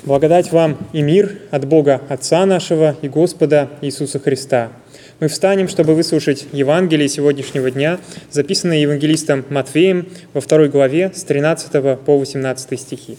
Благодать вам и мир от Бога Отца нашего и Господа Иисуса Христа. Мы встанем, чтобы выслушать Евангелие сегодняшнего дня, записанное евангелистом Матфеем во 2 главе с 13 по 18 стихи.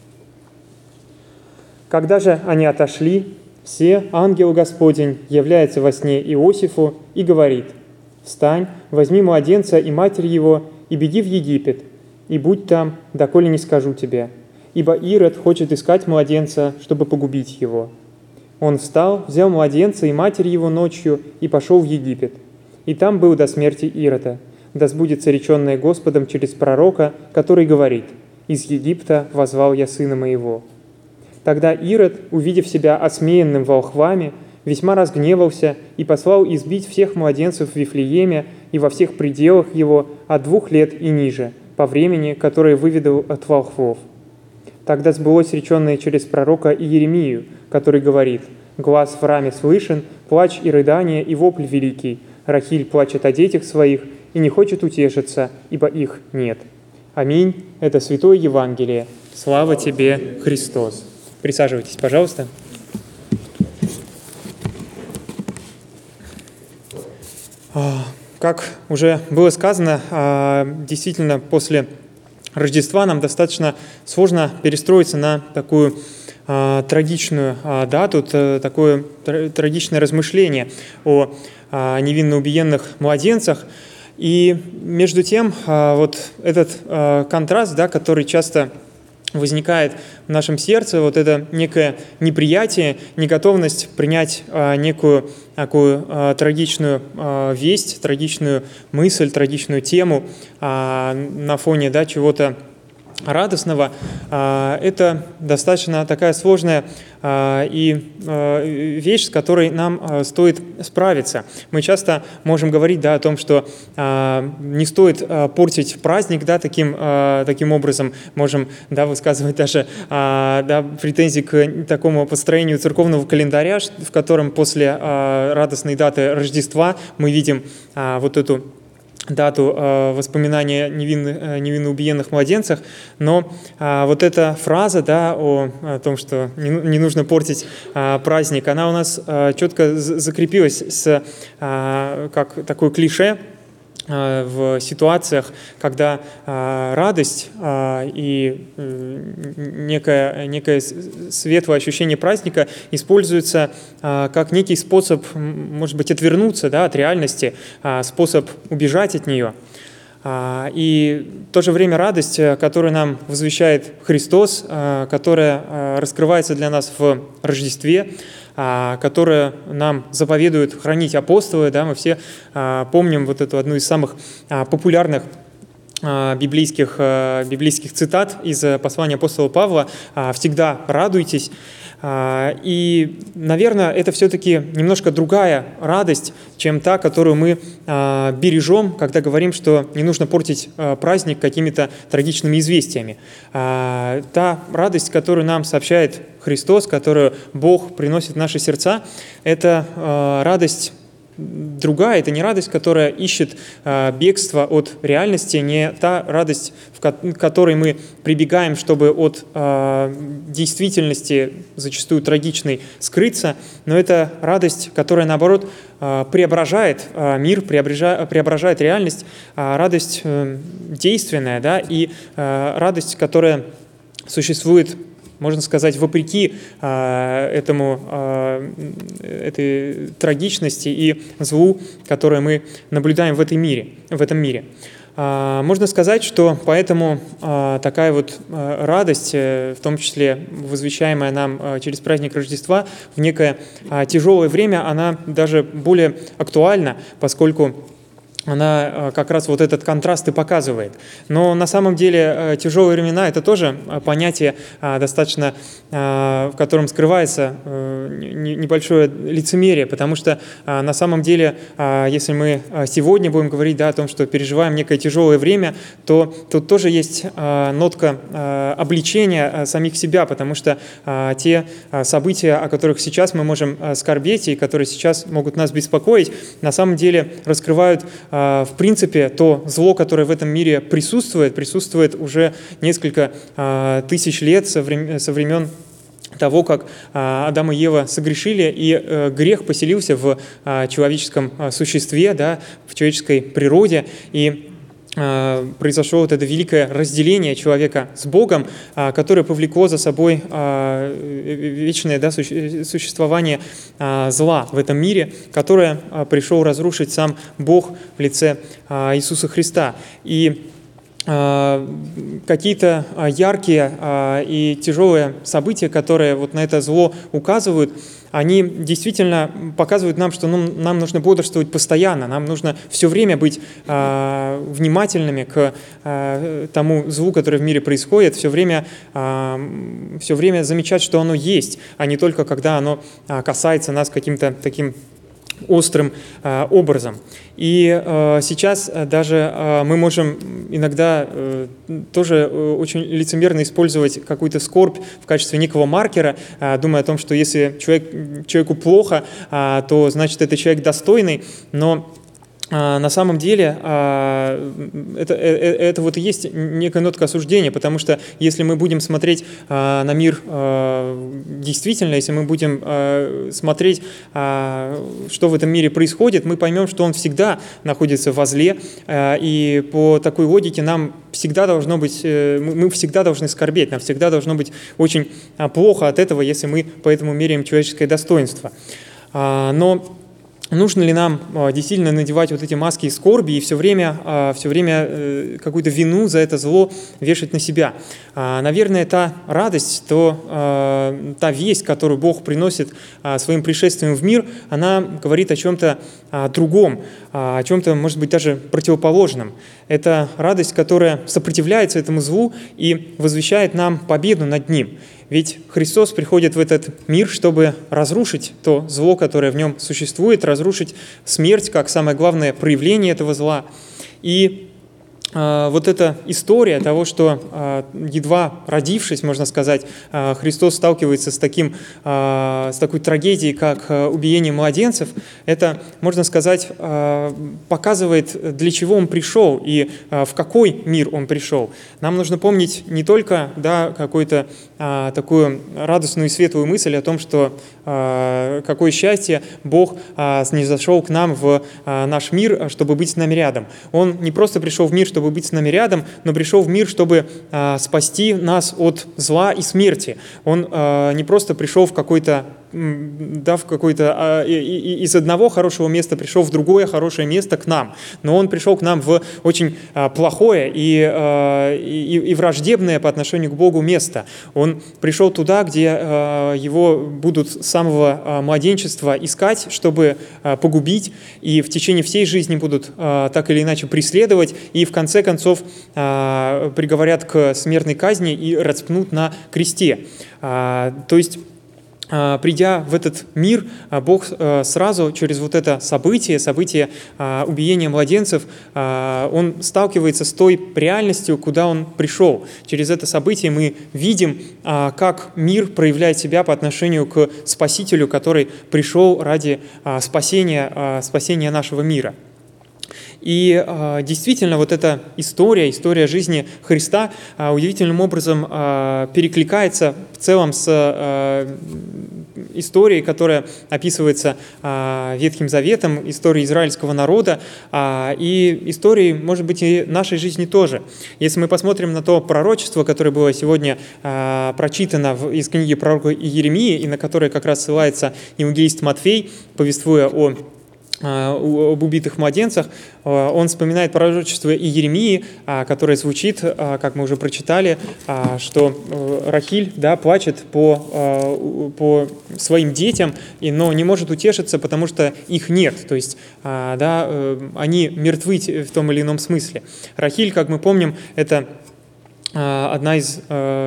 Когда же они отошли, все ангел Господень является во сне Иосифу и говорит: «Встань, возьми младенца и матерь его, и беги в Египет, и будь там, доколе не скажу тебе, ибо Ирод хочет искать младенца, чтобы погубить его». Он встал, взял младенца и матерь его ночью и пошел в Египет. И там был до смерти Ирода, да сбудется реченное Господом через пророка, который говорит: «Из Египта воззвал я сына моего». Тогда Ирод, увидев себя осмеянным волхвами, весьма разгневался и послал избить всех младенцев в Вифлееме и во всех пределах его от 2 лет и ниже, по времени, которое выведал от волхвов. Тогда сбылось реченное через пророка Иеремию, который говорит: «Глас в раме слышен, плач и рыдание, и вопль великий. Рахиль плачет о детях своих и не хочет утешиться, ибо их нет». Аминь. Это Святое Евангелие. Слава тебе, Христос. Присаживайтесь, пожалуйста. Как уже было сказано, действительно, после Рождества нам достаточно сложно перестроиться на такую трагичную дату, такое трагичное размышление о невинно убиенных младенцах. И между тем вот этот контраст, который часто возникает в нашем сердце, вот это некое неприятие, неготовность принять некую такую трагичную весть, трагичную мысль, трагичную тему на фоне чего-то радостного, это достаточно такая сложная и вещь, с которой нам стоит справиться. Мы часто можем говорить о том, что не стоит портить праздник таким образом. Можем высказывать даже претензии к такому построению церковного календаря, в котором после радостной даты Рождества мы видим вот эту дату воспоминания невинно убиенных младенцах, но вот эта фраза о том, что не нужно портить праздник, она у нас четко закрепилась как такое клише в ситуациях, когда радость и некое светлое ощущение праздника используется как некий способ, может быть, отвернуться от реальности, способ убежать от нее. И в то же время радость, которую нам возвещает Христос, которая раскрывается для нас в Рождестве, которая нам заповедует хранить апостолы. Мы все помним вот эту одну из самых популярных библейских цитат из послания апостола Павла: «Всегда радуйтесь». И, наверное, это все-таки немножко другая радость, чем та, которую мы бережем, когда говорим, что не нужно портить праздник какими-то трагичными известиями. Та радость, которую нам сообщает Христос, которую Бог приносит в наши сердца, это радость другая, это не радость, которая ищет бегство от реальности, не та радость, к которой мы прибегаем, чтобы от действительности, зачастую трагичной, скрыться, но это радость, которая, наоборот, преображает мир, преображает реальность, радость действенная, и радость, которая существует, можно сказать, вопреки этой трагичности и злу, которое мы наблюдаем в этом мире. Можно сказать, что поэтому такая вот радость, в том числе возвещаемая нам через праздник Рождества, в некое тяжелое время, она даже более актуальна, поскольку она как раз вот этот контраст и показывает. Но на самом деле тяжелые времена – это тоже понятие достаточно, в котором скрывается небольшое лицемерие, потому что на самом деле, если мы сегодня будем говорить о том, что переживаем некое тяжелое время, то тут тоже есть нотка обличения самих себя, потому что те события, о которых сейчас мы можем скорбеть и которые сейчас могут нас беспокоить, на самом деле раскрывают в принципе, то зло, которое в этом мире присутствует уже несколько тысяч лет со времен того, как Адам и Ева согрешили, и грех поселился в человеческом существе, да, в человеческой природе, и произошло вот это великое разделение человека с Богом, которое повлекло за собой вечное, да, существование зла в этом мире, которое пришел разрушить сам Бог в лице Иисуса Христа. И какие-то яркие и тяжелые события, которые вот на это зло указывают, они действительно показывают нам, что нам нужно бодрствовать постоянно, нам нужно все время быть внимательными к тому злу, которое в мире происходит, все время замечать, что оно есть, а не только когда оно касается нас каким-то таким острым образом. И сейчас даже мы можем иногда тоже очень лицемерно использовать какую-то скорбь в качестве некого маркера, думая о том, что если человеку плохо, то значит это человек достойный, но на самом деле это вот и есть некая нотка осуждения, потому что если мы будем смотреть на мир действительно, если мы будем смотреть, что в этом мире происходит, мы поймем, что он всегда находится во зле, и по такой логике нам всегда должно быть, мы всегда должны скорбеть, нам всегда должно быть очень плохо от этого, если мы поэтому меряем человеческое достоинство. Но нужно ли нам действительно надевать вот эти маски скорби и все время какую-то вину за это зло вешать на себя? Наверное, та радость, та весть, которую Бог приносит своим пришествием в мир, она говорит о чем-то другом, о чем-то, может быть, даже противоположном. Это радость, которая сопротивляется этому злу и возвещает нам победу над ним. Ведь Христос приходит в этот мир, чтобы разрушить то зло, которое в нем существует, разрушить смерть как самое главное проявление этого зла. И вот эта история того, что едва родившись, можно сказать, Христос сталкивается с такой трагедией, как убиение младенцев, это, можно сказать, показывает, для чего Он пришел и в какой мир Он пришел. Нам нужно помнить не только, да, какую-то такую радостную и светлую мысль о том, что какое счастье Бог снизошел к нам в наш мир, чтобы быть с нами рядом. Он не просто пришел в мир, чтобы быть с нами рядом, но пришел в мир, чтобы спасти нас от зла и смерти. Он не просто пришел в какой-то из одного хорошего места пришел в другое хорошее место к нам, но он пришел к нам в очень плохое и враждебное по отношению к Богу место. Он пришел туда, где его будут с самого младенчества искать, чтобы погубить, и в течение всей жизни будут так или иначе преследовать, и в конце концов приговорят к смертной казни и распнут на кресте. То есть, придя в этот мир, Бог сразу через вот это событие убиения младенцев, Он сталкивается с той реальностью, куда Он пришел. Через это событие мы видим, как мир проявляет себя по отношению к Спасителю, который пришел ради спасения нашего мира. И действительно, вот эта история жизни Христа удивительным образом перекликается в целом с историей, которая описывается Ветхим Заветом, историей израильского народа, и историей, может быть, и нашей жизни тоже. Если мы посмотрим на то пророчество, которое было сегодня прочитано из книги пророка Иеремии, и на которое как раз ссылается евангелист Матфей, повествуя об убитых младенцах, он вспоминает пророчество Иеремии, которое звучит, как мы уже прочитали, что Рахиль, да, плачет по своим детям, но не может утешиться, потому что их нет, то есть они мертвы в том или ином смысле. Рахиль, как мы помним, это одна из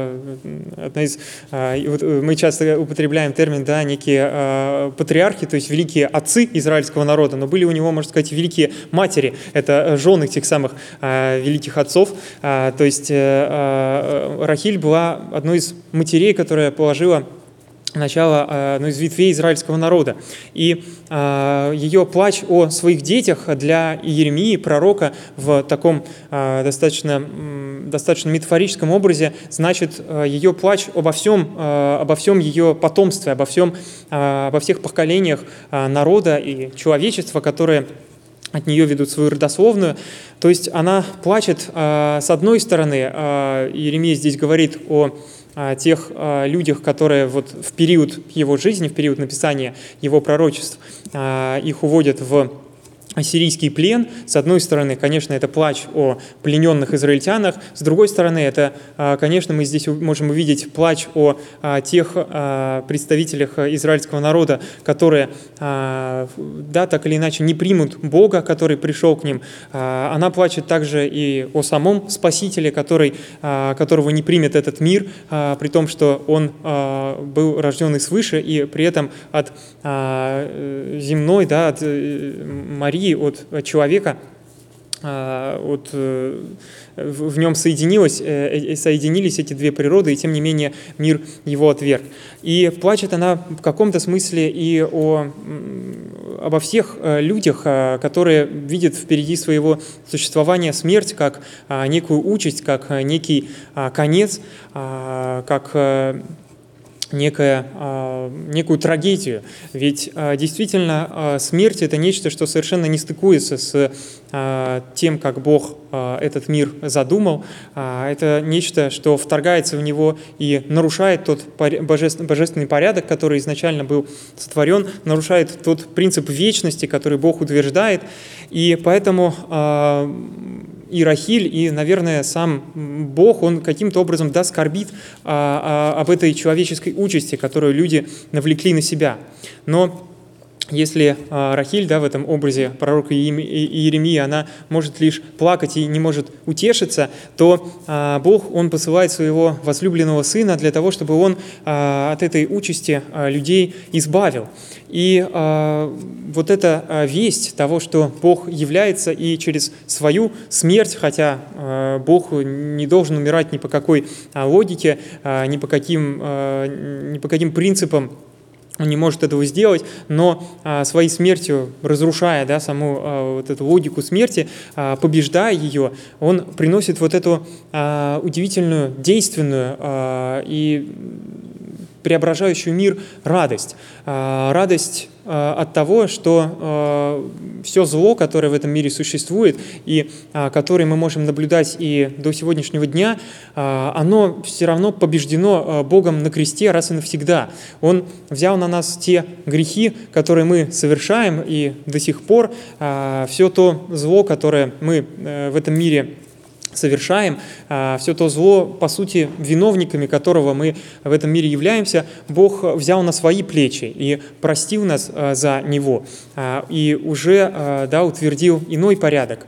мы часто употребляем термин, да, некие патриархи, то есть великие отцы израильского народа, но были у него, можно сказать, великие матери, это жены тех самых великих отцов, то есть Рахиль была одной из матерей, которая положила начало, из ветвей израильского народа. И ее плач о своих детях для Иеремии, пророка, в таком достаточно метафорическом образе, значит ее плач обо всем ее потомстве, обо всех поколениях народа и человечества, которые от нее ведут свою родословную. То есть она плачет, с одной стороны, Иеремия здесь говорит о тех людях, которые вот в период его жизни, в период написания его пророчеств, их уводят в ассирийский плен. С одной стороны, конечно, это плач о плененных израильтянах. С другой стороны, это, конечно, мы здесь можем увидеть плач о тех представителях израильского народа, которые, да, так или иначе не примут Бога, который пришел к ним. Она плачет также и о самом Спасителе, которого не примет этот мир, при том, что он был рожден свыше, и при этом от земной, да, от Марии, от человека, в нем соединились эти две природы, и тем не менее мир его отверг. И плачет она в каком-то смысле и обо всех людях, которые видят впереди своего существования смерть как некую участь, как некий конец, как некую трагедию. Ведь действительно смерть – это нечто, что совершенно не стыкуется с тем, как Бог этот мир задумал. Это нечто, что вторгается в него и нарушает тот божественный порядок, который изначально был сотворен, нарушает тот принцип вечности, который Бог утверждает. И поэтому и Рахиль, и, наверное, сам Бог, он каким-то образом, да, скорбит об этой человеческой участи, которую люди навлекли на себя. Но если Рахиль, да, в этом образе пророка Иеремии, она может лишь плакать и не может утешиться, то Бог, Он посылает своего возлюбленного Сына для того, чтобы Он от этой участи людей избавил. И вот эта весть того, что Бог является и через свою смерть, хотя Бог не должен умирать ни по какой логике, ни по каким принципам, он не может этого сделать, но своей смертью, разрушая, да, саму вот эту логику смерти, побеждая ее, он приносит вот эту удивительную, действенную и преображающую мир радость. Радость от того, что все зло, которое в этом мире существует и которое мы можем наблюдать и до сегодняшнего дня, оно все равно побеждено Богом на кресте раз и навсегда. Он взял на нас те грехи, которые мы совершаем, и до сих пор все то зло, которое мы в этом мире совершаем, все то зло, по сути, виновниками которого мы в этом мире являемся, Бог взял на свои плечи и простил нас за него, и уже, да, утвердил иной порядок,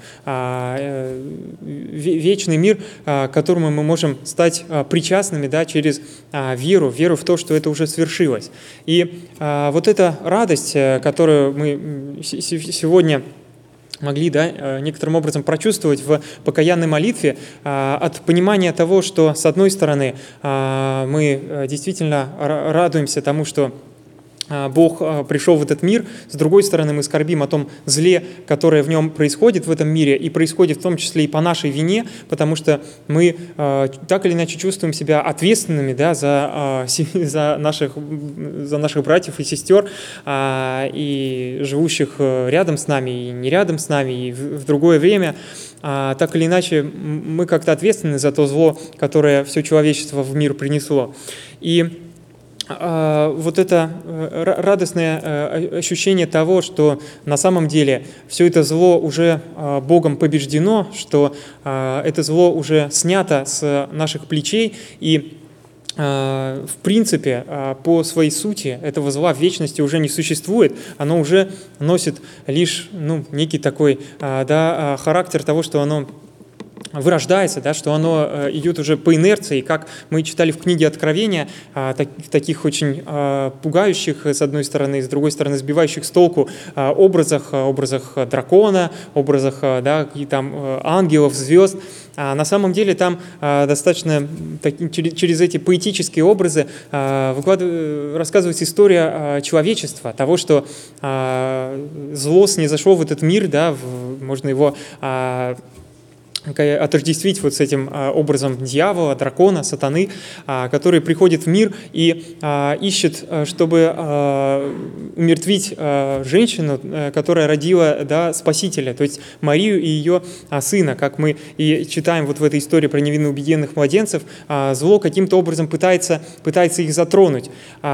вечный мир, к которому мы можем стать причастными, да, через веру в то, что это уже свершилось. И вот эта радость, которую мы сегодня могли, да, некоторым образом прочувствовать в покаянной молитве, от понимания того, что, с одной стороны, мы действительно радуемся тому, что Бог пришел в этот мир, с другой стороны, мы скорбим о том зле, которое в нем происходит в этом мире, и происходит в том числе и по нашей вине, потому что мы так или иначе чувствуем себя ответственными, да, за наших братьев и сестер, и живущих рядом с нами, и не рядом с нами, и в другое время. Так или иначе, мы как-то ответственны за то зло, которое все человечество в мир принесло. И вот это радостное ощущение того, что на самом деле все это зло уже Богом побеждено, что это зло уже снято с наших плечей, и в принципе, по своей сути этого зла в вечности уже не существует, оно уже носит лишь некий такой, да, характер того, что оно вырождается, да, что оно идет уже по инерции, как мы читали в книге Откровения, таких очень пугающих, с одной стороны, с другой стороны, сбивающих с толку образах дракона, образах, да, и там ангелов, звезд. На самом деле там достаточно через эти поэтические образы рассказывается история человечества, того, что зло снизошло в этот мир, да, можно его отождествить вот с этим образом дьявола, дракона, сатаны, который приходит в мир и ищет, чтобы умертвить женщину, которая родила, да, Спасителя, то есть Марию и ее сына. Как мы и читаем вот в этой истории про невинно убиенных младенцев, зло каким-то образом пытается их затронуть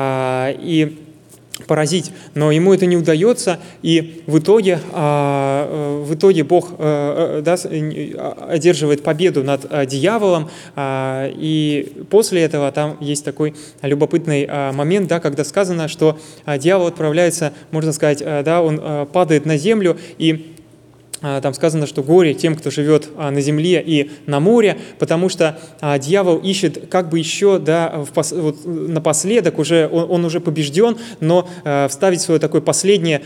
и поразить, но ему это не удается, и в итоге Бог одерживает победу над дьяволом, и после этого там есть такой любопытный момент, да, когда сказано, что дьявол отправляется, можно сказать, да, он падает на землю, и там сказано, что горе тем, кто живет на земле и на море, потому что дьявол ищет как бы еще, да, вот напоследок, он уже побежден, но вставить свое такое последнее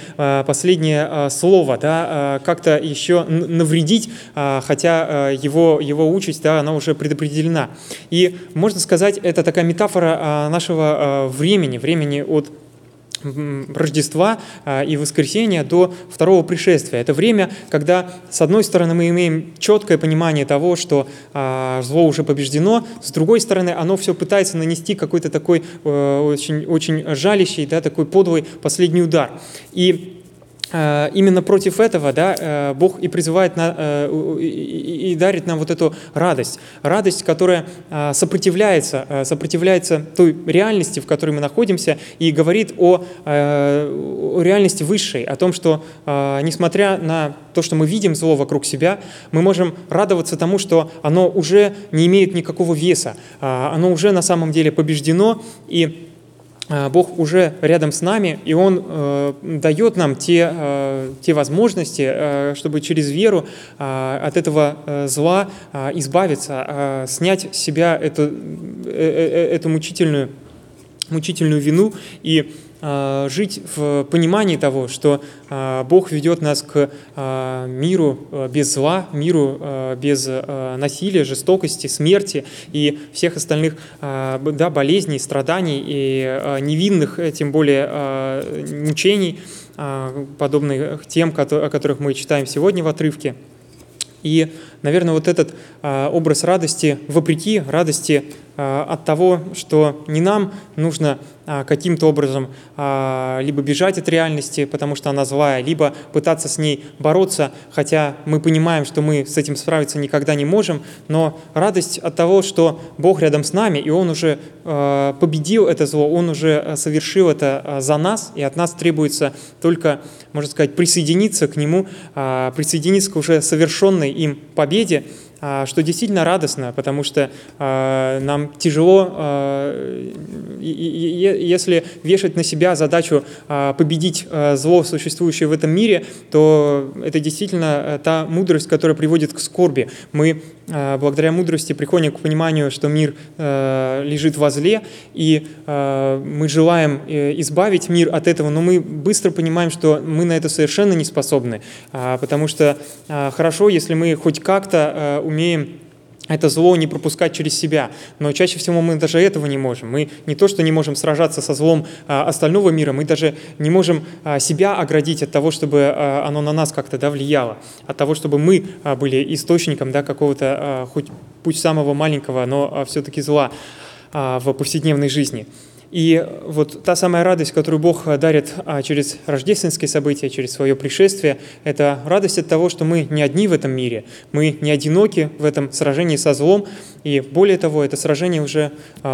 слово, да, как-то еще навредить, хотя его участь, да, она уже предопределена. И можно сказать, это такая метафора нашего времени от Рождества и воскресения до второго пришествия. Это время, когда, с одной стороны, мы имеем четкое понимание того, что зло уже побеждено, с другой стороны, оно все пытается нанести какой-то такой очень, очень жалящий, да, такой подлый последний удар. И именно против этого, да, Бог и призывает и дарит нам вот эту радость, которая сопротивляется той реальности, в которой мы находимся, и говорит о реальности высшей, о том, что, несмотря на то, что мы видим зло вокруг себя, мы можем радоваться тому, что оно уже не имеет никакого веса, оно уже на самом деле побеждено, и Бог уже рядом с нами, и Он дает нам те возможности, чтобы через веру от этого зла избавиться, снять с себя эту мучительную вину и жить в понимании того, что Бог ведет нас к миру без зла, миру без насилия, жестокости, смерти и всех остальных, да, болезней, страданий и невинных, тем более мучений, подобных тем, о которых мы читаем сегодня в отрывке. И, наверное, вот этот образ радости, вопреки радости от того, что не нам нужно каким-то образом либо бежать от реальности, потому что она злая, либо пытаться с ней бороться, хотя мы понимаем, что мы с этим справиться никогда не можем, но радость от того, что Бог рядом с нами, и Он уже победил это зло, Он уже совершил это за нас, и от нас требуется только, можно сказать, присоединиться к Нему, присоединиться к уже совершенной им победе, что действительно радостно, потому что нам тяжело, если вешать на себя задачу победить зло, существующее в этом мире, то это действительно та мудрость, которая приводит к скорби. Мы благодаря мудрости приходим к пониманию, что мир лежит во зле, и мы желаем избавить мир от этого, но мы быстро понимаем, что мы на это совершенно не способны, потому что хорошо, если мы хоть как-то умеем это зло не пропускать через себя, но чаще всего мы даже этого не можем. Мы не то, что не можем сражаться со злом остального мира, мы даже не можем себя оградить от того, чтобы оно на нас как-то, да, влияло, от того, чтобы мы были источником, да, какого-то, хоть пусть самого маленького, но все-таки зла в повседневной жизни. И вот та самая радость, которую Бог дарит через рождественские события, через свое пришествие, это радость от того, что мы не одни в этом мире, мы не одиноки в этом сражении со злом, и более того, это сражение уже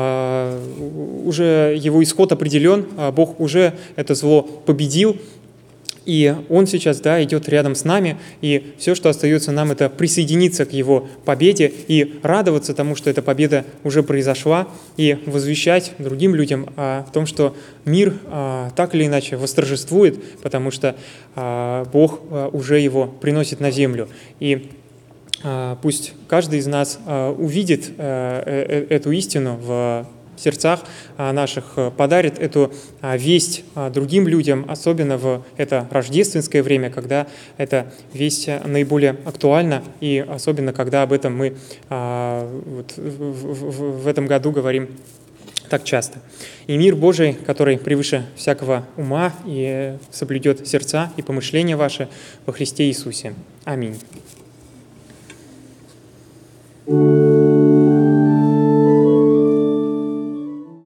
его исход определен, Бог уже это зло победил, и Он сейчас, да, идет рядом с нами, и все, что остается нам, это присоединиться к Его победе и радоваться тому, что эта победа уже произошла, и возвещать другим людям о том, что мир так или иначе восторжествует, потому что Бог уже его приносит на землю. И Пусть каждый из нас увидит эту истину в сердцах наших, подарит эту весть другим людям, особенно в это рождественское время, когда эта весть наиболее актуальна, и особенно когда об этом мы в этом году говорим так часто. И мир Божий, который превыше всякого ума, и соблюдет сердца и помышления ваши во Христе Иисусе. Аминь.